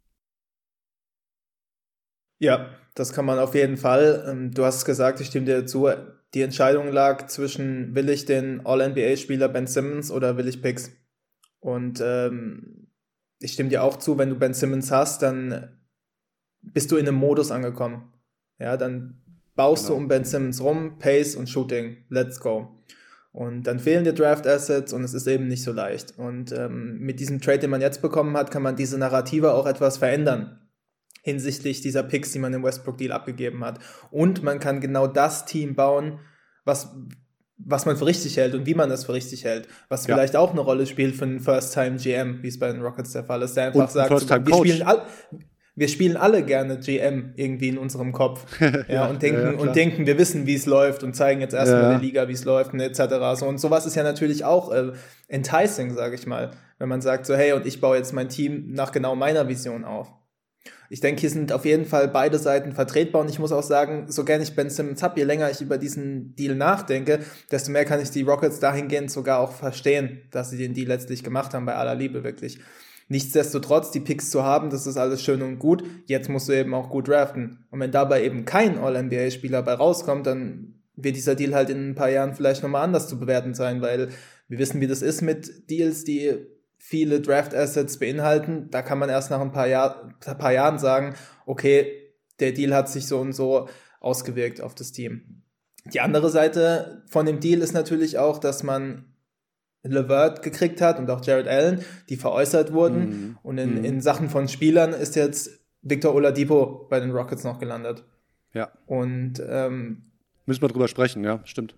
Ja, das kann man auf jeden Fall. Du hast gesagt, ich stimme dir zu, die Entscheidung lag zwischen, will ich den All-N B A-Spieler Ben Simmons oder will ich Picks? Und ähm, ich stimme dir auch zu, wenn du Ben Simmons hast, dann bist du in einem Modus angekommen. Ja, dann baust genau. du um Ben Simmons rum, Pace und Shooting, let's go. Und dann fehlen dir Draft-Assets und es ist eben nicht so leicht. Und ähm, mit diesem Trade, den man jetzt bekommen hat, kann man diese Narrative auch etwas verändern hinsichtlich dieser Picks, die man im Westbrook-Deal abgegeben hat. Und man kann genau das Team bauen, was, was man für richtig hält und wie man das für richtig hält. Was ja. vielleicht auch eine Rolle spielt für einen First-Time-G M, wie es bei den Rockets der Fall ist, der einfach sagt, so, wir, spielen all, wir spielen alle gerne G M irgendwie in unserem Kopf. ja, ja, und denken, ja, und denken, wir wissen, wie es läuft und zeigen jetzt erstmal ja. der Liga, wie es läuft und et cetera. So, und sowas ist ja natürlich auch äh, enticing, sage ich mal, wenn man sagt so, hey, und ich baue jetzt mein Team nach genau meiner Vision auf. Ich denke, hier sind auf jeden Fall beide Seiten vertretbar und ich muss auch sagen, so gerne ich Ben Simmons habe, je länger ich über diesen Deal nachdenke, desto mehr kann ich die Rockets dahingehend sogar auch verstehen, dass sie den Deal letztlich gemacht haben, bei aller Liebe wirklich. Nichtsdestotrotz, die Picks zu haben, das ist alles schön und gut. Jetzt musst du eben auch gut draften. Und wenn dabei eben kein All-N B A-Spieler bei rauskommt, dann wird dieser Deal halt in ein paar Jahren vielleicht nochmal anders zu bewerten sein, weil wir wissen, wie das ist mit Deals, die viele Draft-Assets beinhalten. Da kann man erst nach ein paar, Jahr, ein paar Jahren sagen, okay, der Deal hat sich so und so ausgewirkt auf das Team. Die andere Seite von dem Deal ist natürlich auch, dass man LeVert gekriegt hat und auch Jared Allen, die veräußert wurden. Mhm. Und in, mhm. in Sachen von Spielern ist jetzt Victor Oladipo bei den Rockets noch gelandet. Ja. Und ähm, müssen wir drüber sprechen, ja, stimmt.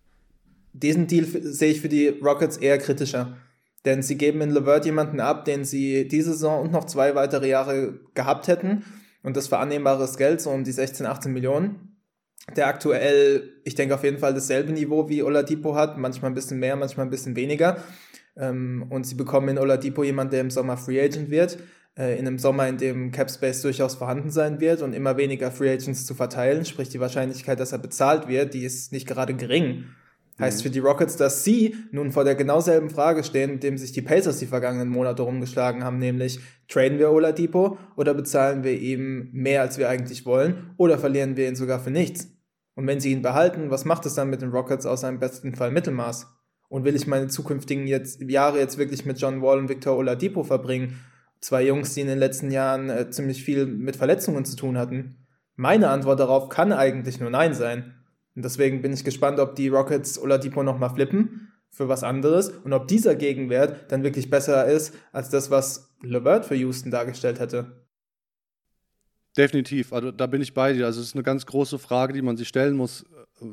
Diesen Deal f- sehe ich für die Rockets eher kritischer. Denn sie geben in LeVert jemanden ab, den sie diese Saison und noch zwei weitere Jahre gehabt hätten. Und das für annehmbares Geld, so um die sechzehn, achtzehn Millionen. Der aktuell, ich denke auf jeden Fall dasselbe Niveau wie Oladipo hat, manchmal ein bisschen mehr, manchmal ein bisschen weniger. Und sie bekommen in Oladipo jemanden, der im Sommer Free Agent wird, in einem Sommer, in dem Cap Space durchaus vorhanden sein wird und immer weniger Free Agents zu verteilen, sprich die Wahrscheinlichkeit, dass er bezahlt wird, die ist nicht gerade gering. Heißt für die Rockets, dass sie nun vor der genau selben Frage stehen, mit dem sich die Pacers die vergangenen Monate rumgeschlagen haben, nämlich traden wir Oladipo oder bezahlen wir ihm mehr, als wir eigentlich wollen, oder verlieren wir ihn sogar für nichts? Und wenn sie ihn behalten, was macht es dann mit den Rockets außer im besten Fall Mittelmaß? Und will ich meine zukünftigen jetzt, Jahre jetzt wirklich mit John Wall und Victor Oladipo verbringen? Zwei Jungs, die in den letzten Jahren äh, ziemlich viel mit Verletzungen zu tun hatten. Meine Antwort darauf kann eigentlich nur Nein sein. Und deswegen bin ich gespannt, ob die Rockets Oladipo nochmal flippen für was anderes und ob dieser Gegenwert dann wirklich besser ist als das, was LeVert für Houston dargestellt hätte. Definitiv, also da bin ich bei dir. Also es ist eine ganz große Frage, die man sich stellen muss.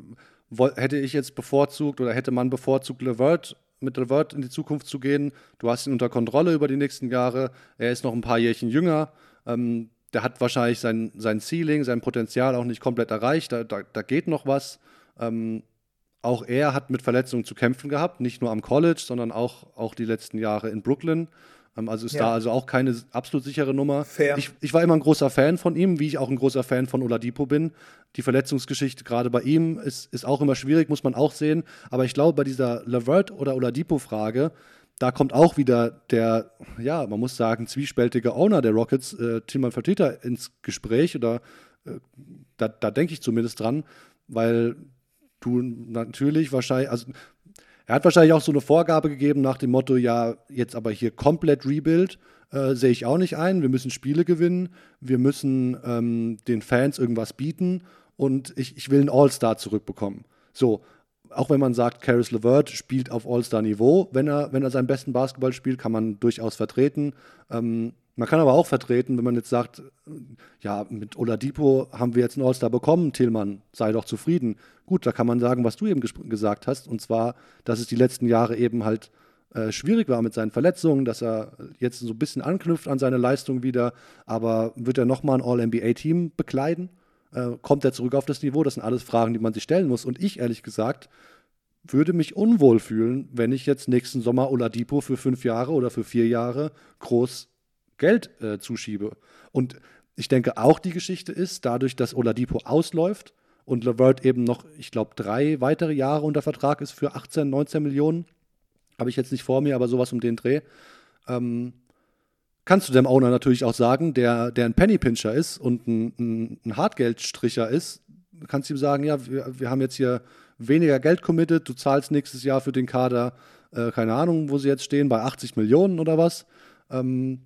Hätte ich jetzt bevorzugt oder hätte man bevorzugt, LeVert, mit LeVert in die Zukunft zu gehen? Du hast ihn unter Kontrolle über die nächsten Jahre. Er ist noch ein paar Jährchen jünger. Ähm, Der hat wahrscheinlich sein, sein Ceiling, sein Potenzial auch nicht komplett erreicht. Da, da, da geht noch was. Ähm, auch er hat mit Verletzungen zu kämpfen gehabt, nicht nur am College, sondern auch, auch die letzten Jahre in Brooklyn. Ähm, also ist ja. da also auch keine absolut sichere Nummer. Fair. Ich, ich war immer ein großer Fan von ihm, wie ich auch ein großer Fan von Oladipo bin. Die Verletzungsgeschichte gerade bei ihm ist, ist auch immer schwierig, muss man auch sehen. Aber ich glaube, bei dieser LeVert- oder Oladipo-Frage, da kommt auch wieder der, ja, man muss sagen, zwiespältige Owner der Rockets, äh, Tilman Fertitta, ins Gespräch. Oder äh, da, da denke ich zumindest dran, weil du natürlich wahrscheinlich, also er hat wahrscheinlich auch so eine Vorgabe gegeben nach dem Motto, ja, jetzt aber hier komplett Rebuild, äh, sehe ich auch nicht ein. Wir müssen Spiele gewinnen, wir müssen ähm, den Fans irgendwas bieten und ich, ich will einen All-Star zurückbekommen. So, auch wenn man sagt, Caris LeVert spielt auf All-Star-Niveau, wenn er, wenn er seinen besten Basketball spielt, kann man durchaus vertreten. Ähm, man kann aber auch vertreten, wenn man jetzt sagt, ja, mit Oladipo haben wir jetzt einen All-Star bekommen, Tillmann, sei doch zufrieden. Gut, da kann man sagen, was du eben ges- gesagt hast, und zwar, dass es die letzten Jahre eben halt äh, schwierig war mit seinen Verletzungen, dass er jetzt so ein bisschen anknüpft an seine Leistung wieder, aber wird er nochmal ein All-N B A-Team bekleiden? Äh, kommt er zurück auf das Niveau? Das sind alles Fragen, die man sich stellen muss. Und ich, ehrlich gesagt, würde mich unwohl fühlen, wenn ich jetzt nächsten Sommer Oladipo für fünf Jahre oder für vier Jahre groß Geld äh, zuschiebe. Und ich denke auch, die Geschichte ist, dadurch, dass Oladipo ausläuft und LeVert eben noch, ich glaube, drei weitere Jahre unter Vertrag ist für achtzehn, neunzehn Millionen, habe ich jetzt nicht vor mir, aber sowas um den Dreh, ähm, kannst du dem Owner natürlich auch sagen, der, der ein Pennypincher ist und ein, ein, ein Hartgeldstricher ist, kannst du ihm sagen, ja, wir, wir haben jetzt hier weniger Geld committed, du zahlst nächstes Jahr für den Kader, äh, keine Ahnung, wo sie jetzt stehen, bei achtzig Millionen oder was. Ähm,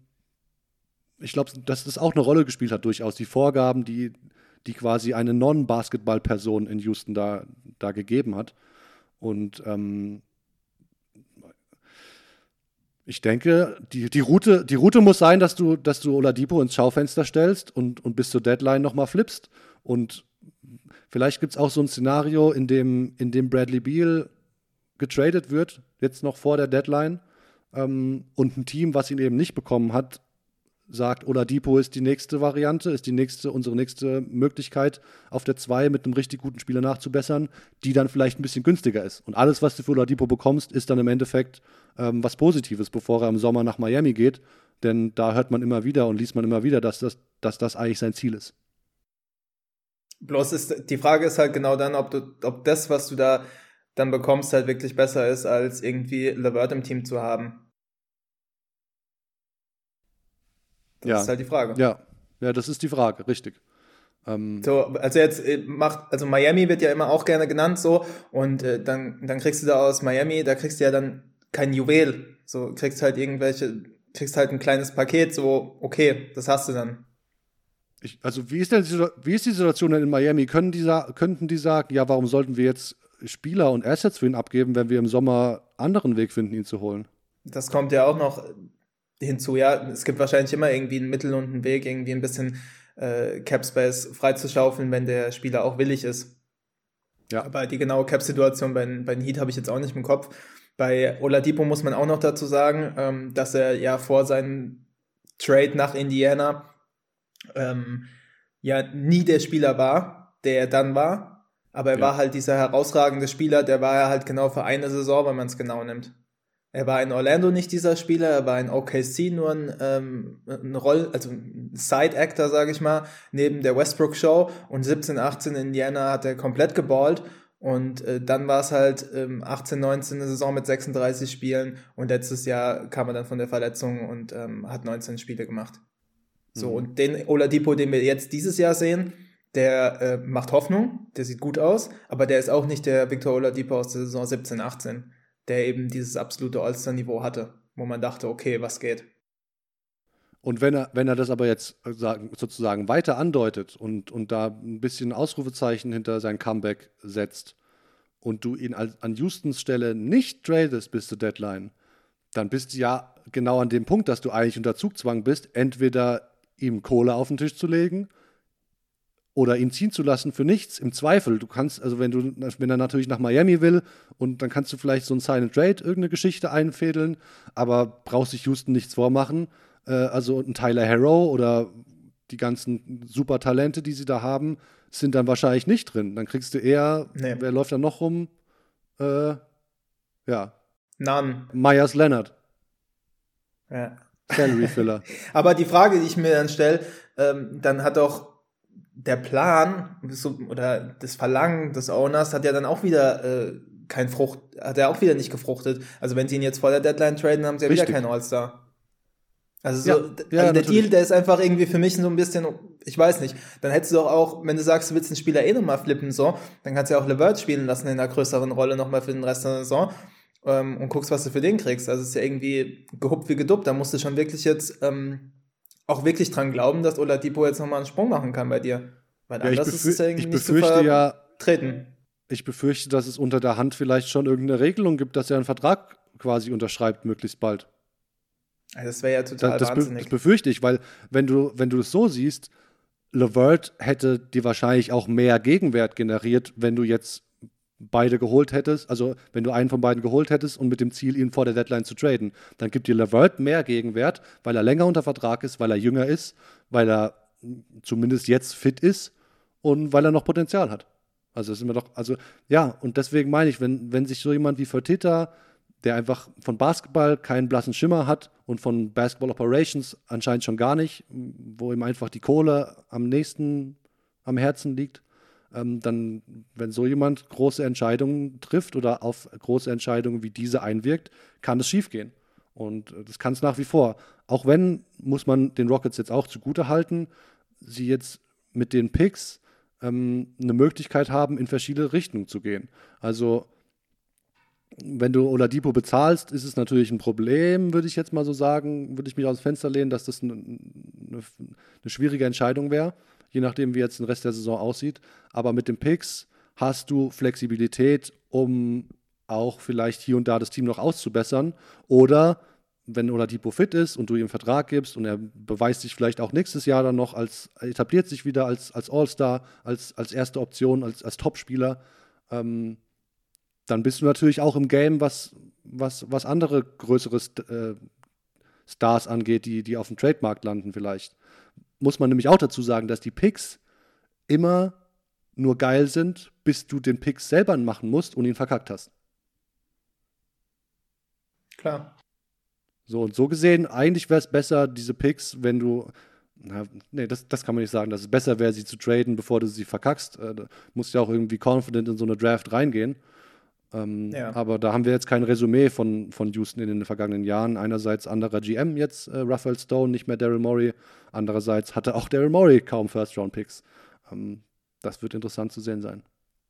ich glaube, dass das auch eine Rolle gespielt hat, durchaus. Die Vorgaben, die, die quasi eine Non-Basketball-Person in Houston da, da gegeben hat. Und ähm, ich denke, die, die, Route, die Route muss sein, dass du, dass du Oladipo ins Schaufenster stellst und, und bis zur Deadline nochmal flippst. Und vielleicht gibt es auch so ein Szenario, in dem, in dem Bradley Beal getradet wird, jetzt noch vor der Deadline. Ähm, und ein Team, was ihn eben nicht bekommen hat, sagt, Oladipo ist die nächste Variante, ist die nächste, unsere nächste Möglichkeit, auf der zwei mit einem richtig guten Spieler nachzubessern, die dann vielleicht ein bisschen günstiger ist. Und alles, was du für Oladipo bekommst, ist dann im Endeffekt ähm, was Positives, bevor er im Sommer nach Miami geht. Denn da hört man immer wieder und liest man immer wieder, dass das, dass das eigentlich sein Ziel ist. Bloß ist, die Frage ist halt genau dann, ob du, ob das, was du da dann bekommst, halt wirklich besser ist, als irgendwie LeVert im Team zu haben. Das ja. ist halt die Frage. Ja, ja, das ist die Frage, richtig. Ähm, So, also jetzt äh, macht, also Miami wird ja immer auch gerne genannt so und äh, dann, dann kriegst du da aus Miami, da kriegst du ja dann kein Juwel. So, kriegst halt irgendwelche, kriegst halt ein kleines Paket, so, okay, das hast du dann. ich, also wie ist denn die, wie ist die Situation denn in Miami? Können die, sa- könnten die sagen, ja, warum sollten wir jetzt Spieler und Assets für ihn abgeben, wenn wir im Sommer anderen Weg finden, ihn zu holen? Das kommt ja auch noch hinzu, ja. Es gibt wahrscheinlich immer irgendwie ein Mittel und einen Weg, irgendwie ein bisschen äh, Cap Space freizuschaufeln, wenn der Spieler auch willig ist. Ja. Aber die genaue Cap-Situation bei, bei den Heat habe ich jetzt auch nicht im Kopf. Bei Oladipo muss man auch noch dazu sagen, ähm, dass er ja vor seinem Trade nach Indiana ähm, ja nie der Spieler war, der er dann war. Aber er Ja. war halt dieser herausragende Spieler, der war er halt genau für eine Saison, wenn man es genau nimmt. Er war in Orlando nicht dieser Spieler, er war in O K C nur ein, ähm, ein Roll, also ein Side-Actor, sage ich mal, neben der Westbrook-Show, und siebzehn, achtzehn in Indiana hat er komplett geballt und äh, dann war es halt ähm, achtzehn, neunzehn eine Saison mit sechsunddreißig Spielen und letztes Jahr kam er dann von der Verletzung und ähm, hat neunzehn Spiele gemacht. So, Mhm. und den Oladipo, den wir jetzt dieses Jahr sehen, der äh, macht Hoffnung, der sieht gut aus, aber der ist auch nicht der Victor Oladipo aus der Saison siebzehn, achtzehn, der eben dieses absolute All-Star-Niveau hatte, wo man dachte, okay, was geht? Und wenn er, wenn er das aber jetzt äh, sagen, sozusagen weiter andeutet und, und da ein bisschen Ausrufezeichen hinter sein Comeback setzt und du ihn als, an Houstons Stelle nicht tradest bis zur Deadline, dann bist du ja genau an dem Punkt, dass du eigentlich unter Zugzwang bist, entweder ihm Kohle auf den Tisch zu legen oder ihn ziehen zu lassen für nichts. Im Zweifel, du kannst, also wenn du, wenn er natürlich nach Miami will, und dann kannst du vielleicht so ein Sign and Trade, irgendeine Geschichte einfädeln, aber brauchst sich Houston nichts vormachen. Äh, also ein Tyler Herro oder die ganzen super Talente, die sie da haben, sind dann wahrscheinlich nicht drin. Dann kriegst du eher, Nee. wer läuft da noch rum? Äh, ja, None. Myers Leonard, Ja. Salary Filler. Aber die Frage, die ich mir dann stelle, ähm, dann hat doch der Plan so, oder das Verlangen des Owners hat ja dann auch wieder äh, kein Frucht, hat er auch wieder nicht gefruchtet. Also wenn sie ihn jetzt vor der Deadline traden, haben sie ja Richtig. wieder keinen All-Star. Also, so, Ja, also ja, der natürlich. Deal, der ist einfach irgendwie für mich so ein bisschen, ich weiß nicht, dann hättest du doch auch, wenn du sagst, du willst einen Spieler eh nochmal flippen, so, dann kannst du ja auch LeVert spielen lassen in einer größeren Rolle nochmal für den Rest der Saison ähm, und guckst, was du für den kriegst. Also es ist ja irgendwie gehuppt wie geduppt. Da musst du schon wirklich jetzt ähm, auch wirklich dran glauben, dass Oladipo jetzt nochmal einen Sprung machen kann bei dir. Weil Ja, ich, anders ist befür es ja irgendwie ich nicht zu befürchte ja, vertreten. ich befürchte, dass es unter der Hand vielleicht schon irgendeine Regelung gibt, dass er einen Vertrag quasi unterschreibt, möglichst bald. Also das wäre ja total Das, das, be wahnsinnig. das befürchte ich, weil wenn du, wenn du es so siehst, LeVert hätte dir wahrscheinlich auch mehr Gegenwert generiert, wenn du jetzt beide geholt hättest, also wenn du einen von beiden geholt hättest und mit dem Ziel, ihn vor der Deadline zu traden. Dann gibt dir LeVert mehr Gegenwert, weil er länger unter Vertrag ist, weil er jünger ist, weil er zumindest jetzt fit ist und weil er noch Potenzial hat. Also das sind wir doch, also ja, und deswegen meine ich, wenn, wenn sich so jemand wie Fertitta, der einfach von Basketball keinen blassen Schimmer hat und von Basketball Operations anscheinend schon gar nicht, wo ihm einfach die Kohle am nächsten am Herzen liegt, ähm, dann, wenn so jemand große Entscheidungen trifft oder auf große Entscheidungen wie diese einwirkt, kann es schiefgehen. Und äh, das kann es nach wie vor. Auch wenn, muss man den Rockets jetzt auch zugute halten, sie jetzt mit den Picks ähm, eine Möglichkeit haben, in verschiedene Richtungen zu gehen. Also wenn du Oladipo bezahlst, ist es natürlich ein Problem, würde ich jetzt mal so sagen, würde ich mich aus dem Fenster lehnen, dass das eine, eine, eine schwierige Entscheidung wäre, je nachdem, wie jetzt der Rest der Saison aussieht. Aber mit den Picks hast du Flexibilität, um auch vielleicht hier und da das Team noch auszubessern. Oder wenn Oladipo fit ist und du ihm einen Vertrag gibst und er beweist sich vielleicht auch nächstes Jahr dann noch als, etabliert sich wieder als, als All-Star, als, als erste Option, als, als Topspieler, ähm, dann bist du natürlich auch im Game, was, was, was andere größere St äh, Stars angeht, die, die auf dem Trademarkt landen vielleicht. Muss man nämlich auch dazu sagen, dass die Picks immer nur geil sind, bis du den Pick selber machen musst und ihn verkackt hast. Klar. So und so gesehen, eigentlich wäre es besser, diese Picks, wenn du, na, nee, das, das kann man nicht sagen, dass es besser wäre, sie zu traden, bevor du sie verkackst. Äh, du musst ja auch irgendwie confident in so eine Draft reingehen. Ähm, Ja. Aber da haben wir jetzt kein Resümee von, von Houston in den vergangenen Jahren. Einerseits anderer G M jetzt, äh, Raphael Stone, nicht mehr Daryl Morey. Andererseits hatte auch Daryl Morey kaum First-Round-Picks. Ähm, das wird interessant zu sehen sein.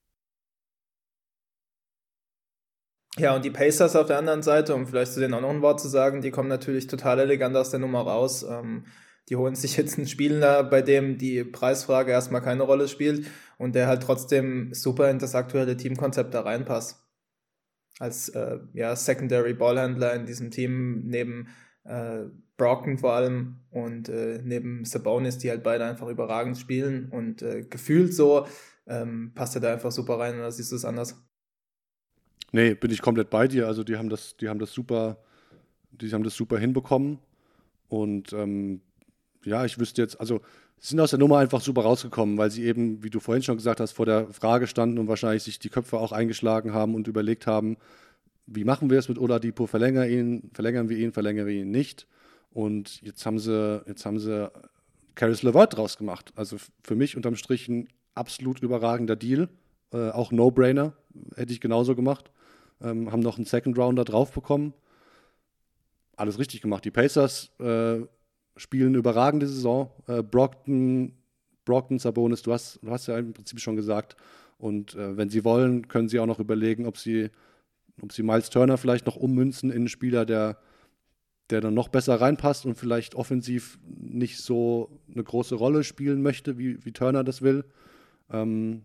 Ja, und die Pacers auf der anderen Seite, um vielleicht zu denen auch noch ein Wort zu sagen, die kommen natürlich total elegant aus der Nummer raus. Ähm, die holen sich jetzt einen Spieler, bei dem die Preisfrage erstmal keine Rolle spielt und der halt trotzdem super in das aktuelle Teamkonzept da reinpasst. Als äh, ja, Secondary Ballhändler in diesem Team neben äh, Brockton vor allem und äh, neben Sabonis, die halt beide einfach überragend spielen und äh, gefühlt so ähm, passt er da einfach super rein, oder siehst du es anders? Nee, bin ich komplett bei dir. Also die haben das, die haben das super, die haben das super hinbekommen. Und ähm, ja, ich wüsste jetzt, also sie sind aus der Nummer einfach super rausgekommen, weil sie eben, wie du vorhin schon gesagt hast, vor der Frage standen und wahrscheinlich sich die Köpfe auch eingeschlagen haben und überlegt haben, wie machen wir es mit Oladipo? Verlängern ihn, verlängern wir ihn, verlängern wir ihn nicht. Und jetzt haben sie, jetzt haben sie Caris LeVert draus gemacht. Also für mich unterm Strich ein absolut überragender Deal. Äh, auch No-Brainer, hätte ich genauso gemacht. Ähm, haben noch einen Second Rounder drauf bekommen. Alles richtig gemacht. Die Pacers äh, spielen eine überragende Saison. Äh, Brockton, Brockton, Sabonis, du hast, du hast ja im Prinzip schon gesagt. Und äh, wenn sie wollen, können sie auch noch überlegen, ob sie, ob sie Miles Turner vielleicht noch ummünzen in einen Spieler, der, der dann noch besser reinpasst und vielleicht offensiv nicht so eine große Rolle spielen möchte, wie, wie Turner das will. Ähm,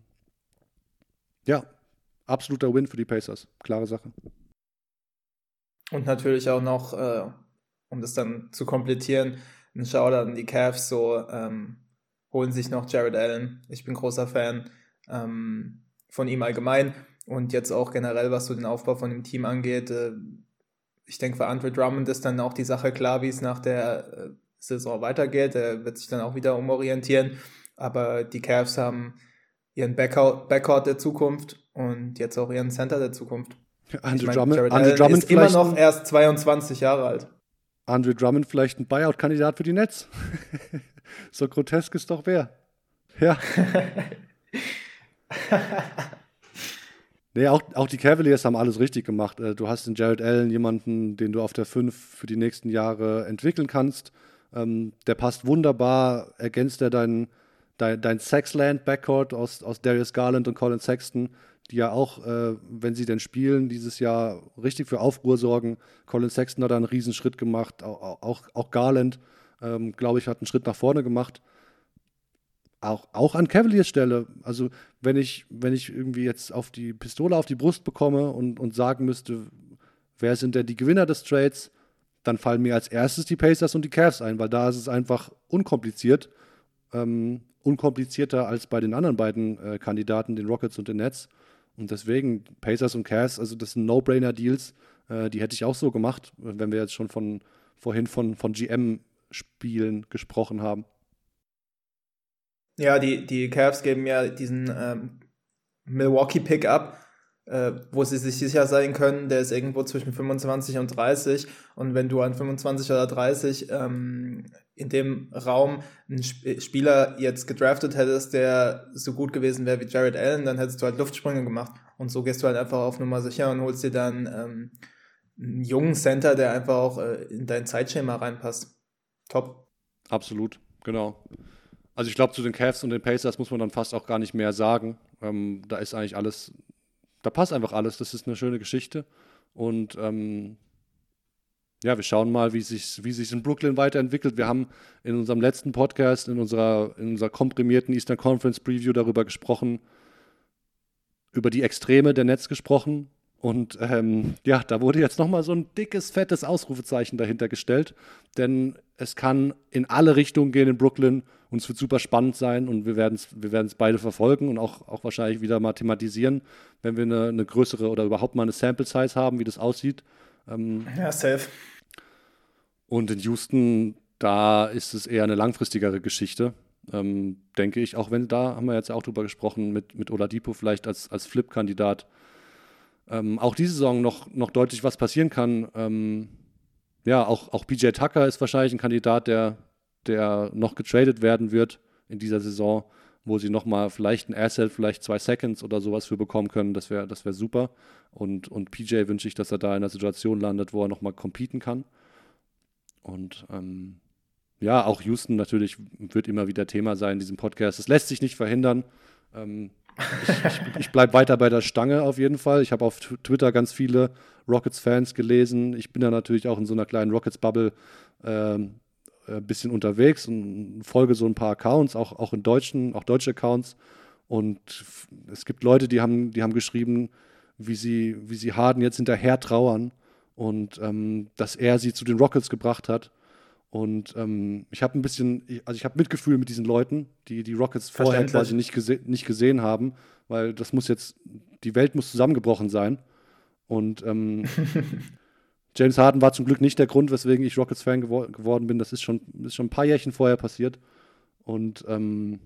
ja, absoluter Win für die Pacers. Klare Sache. Und natürlich auch noch, äh, um das dann zu komplettieren, ein Shoutout an die Cavs, so ähm, holen sich noch Jared Allen. Ich bin großer Fan ähm, von ihm allgemein und jetzt auch generell, was so den Aufbau von dem Team angeht. Äh, ich denke, für Andre Drummond ist dann auch die Sache klar, wie es nach der äh, Saison weitergeht. Er wird sich dann auch wieder umorientieren. Aber die Cavs haben ihren Backcourt, Backcourt der Zukunft und jetzt auch ihren Center der Zukunft. Andre Ich mein, Drummond, Jared Andre Allen Drummond ist immer vielleicht noch ein- erst zweiundzwanzig Jahre alt. Andre Drummond vielleicht ein Buyout-Kandidat für die Nets. So grotesk ist doch wer. Ja. Nee, auch, auch die Cavaliers haben alles richtig gemacht. Äh, Du hast in Jared Allen jemanden, den du auf der fünf für die nächsten Jahre entwickeln kannst. Ähm, der passt wunderbar, ergänzt er dein, dein, dein Sexland-Backcourt aus, aus Darius Garland und Colin Sexton, die ja auch, äh, wenn sie denn spielen, dieses Jahr richtig für Aufruhr sorgen. Colin Sexton hat da einen Riesenschritt gemacht, auch, auch, auch Garland, ähm, glaube ich, hat einen Schritt nach vorne gemacht. Auch, auch an Cavaliers Stelle. Also wenn ich, wenn ich irgendwie jetzt auf die Pistole auf die Brust bekomme und, und sagen müsste, wer sind denn die Gewinner des Trades, dann fallen mir als erstes die Pacers und die Cavs ein, weil da ist es einfach unkompliziert. Ähm, unkomplizierter als bei den anderen beiden äh, Kandidaten, den Rockets und den Nets. Und deswegen Pacers und Cavs, also das sind No-Brainer-Deals, äh, die hätte ich auch so gemacht, wenn wir jetzt schon von vorhin von, von G M-Spielen gesprochen haben. Ja, die, die Cavs geben ja diesen ähm, Milwaukee-Pick ab, äh, wo sie sich sicher sein können, der ist irgendwo zwischen fünfundzwanzig und dreißig. Und wenn du an fünfundzwanzig oder dreißig ähm, in dem Raum einen Sp- Spieler jetzt gedraftet hättest, der so gut gewesen wäre wie Jared Allen, dann hättest du halt Luftsprünge gemacht. Und so gehst du halt einfach auf Nummer sicher und holst dir dann ähm, einen jungen Center, der einfach auch äh, in dein Zeitschema reinpasst. Top. Absolut, genau. Also ich glaube, zu den Cavs und den Pacers muss man dann fast auch gar nicht mehr sagen. Ähm, da ist eigentlich alles, da passt einfach alles. Das ist eine schöne Geschichte. Und ähm, ja, wir schauen mal, wie sich wie sich in Brooklyn weiterentwickelt. Wir haben in unserem letzten Podcast, in unserer, in unserer komprimierten Eastern Conference Preview darüber gesprochen, über die Extreme der Nets gesprochen. Und ähm, ja, da wurde jetzt nochmal so ein dickes, fettes Ausrufezeichen dahinter gestellt. Denn es kann in alle Richtungen gehen in Brooklyn und es wird super spannend sein und wir werden es wir werden's beide verfolgen und auch, auch wahrscheinlich wieder mal thematisieren, wenn wir eine, eine größere oder überhaupt mal eine Sample Size haben, wie das aussieht. Ähm, Ja, safe. und in Houston, da ist es eher eine langfristigere Geschichte, ähm, denke ich. Auch wenn, da haben wir jetzt auch drüber gesprochen, mit, mit Oladipo vielleicht als, als Flip-Kandidat. Ähm, auch diese Saison noch, noch deutlich was passieren kann. Ähm, ja, auch, auch P J Tucker ist wahrscheinlich ein Kandidat, der, der noch getradet werden wird in dieser Saison. wo sie nochmal vielleicht ein Asset, vielleicht zwei Seconds oder sowas für bekommen können, das wäre das wär super. Und, und P J wünsche ich, dass er da in einer Situation landet, wo er nochmal competen kann. Und ähm, ja, auch Houston natürlich wird immer wieder Thema sein in diesem Podcast. Das lässt sich nicht verhindern. Ähm, ich ich, ich bleibe weiter bei der Stange auf jeden Fall. Ich habe auf Twitter ganz viele Rockets-Fans gelesen. Ich bin da natürlich auch in so einer kleinen Rockets-Bubble ähm, ein bisschen unterwegs und folge so ein paar Accounts, auch, auch in deutschen, auch deutsche Accounts. Und es gibt Leute, die haben, die haben geschrieben, wie sie, wie sie Harden jetzt hinterher trauern und ähm, dass er sie zu den Rockets gebracht hat. Und ähm, ich habe ein bisschen, also ich habe Mitgefühl mit diesen Leuten, die die Rockets vorher quasi nicht, gese- nicht gesehen haben, weil das muss jetzt, die Welt muss zusammengebrochen sein. Und ähm, James Harden war zum Glück nicht der Grund, weswegen ich Rockets-Fan gewor- geworden bin. Das ist schon, ist schon ein paar Jährchen vorher passiert. Und ähm,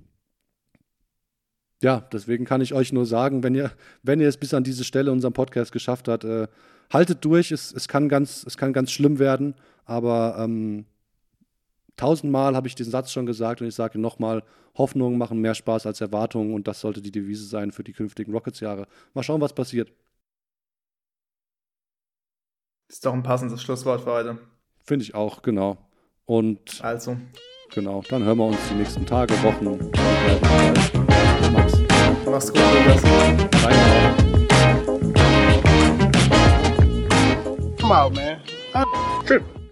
ja, deswegen kann ich euch nur sagen, wenn ihr, wenn ihr es bis an diese Stelle unserem Podcast geschafft habt, äh, haltet durch. Es, es, kann ganz, es kann ganz schlimm werden, aber ähm, tausendmal habe ich den Satz schon gesagt und ich sage nochmal, Hoffnungen machen mehr Spaß als Erwartungen und das sollte die Devise sein für die künftigen Rockets-Jahre. Mal schauen, was passiert. Ist doch ein passendes Schlusswort für heute. Finde ich auch, genau. Und Also, genau, dann hören wir uns die nächsten Tage, Wochen. Max. mach's gut, Lukas. Rein. Come out, man. I'm tripping.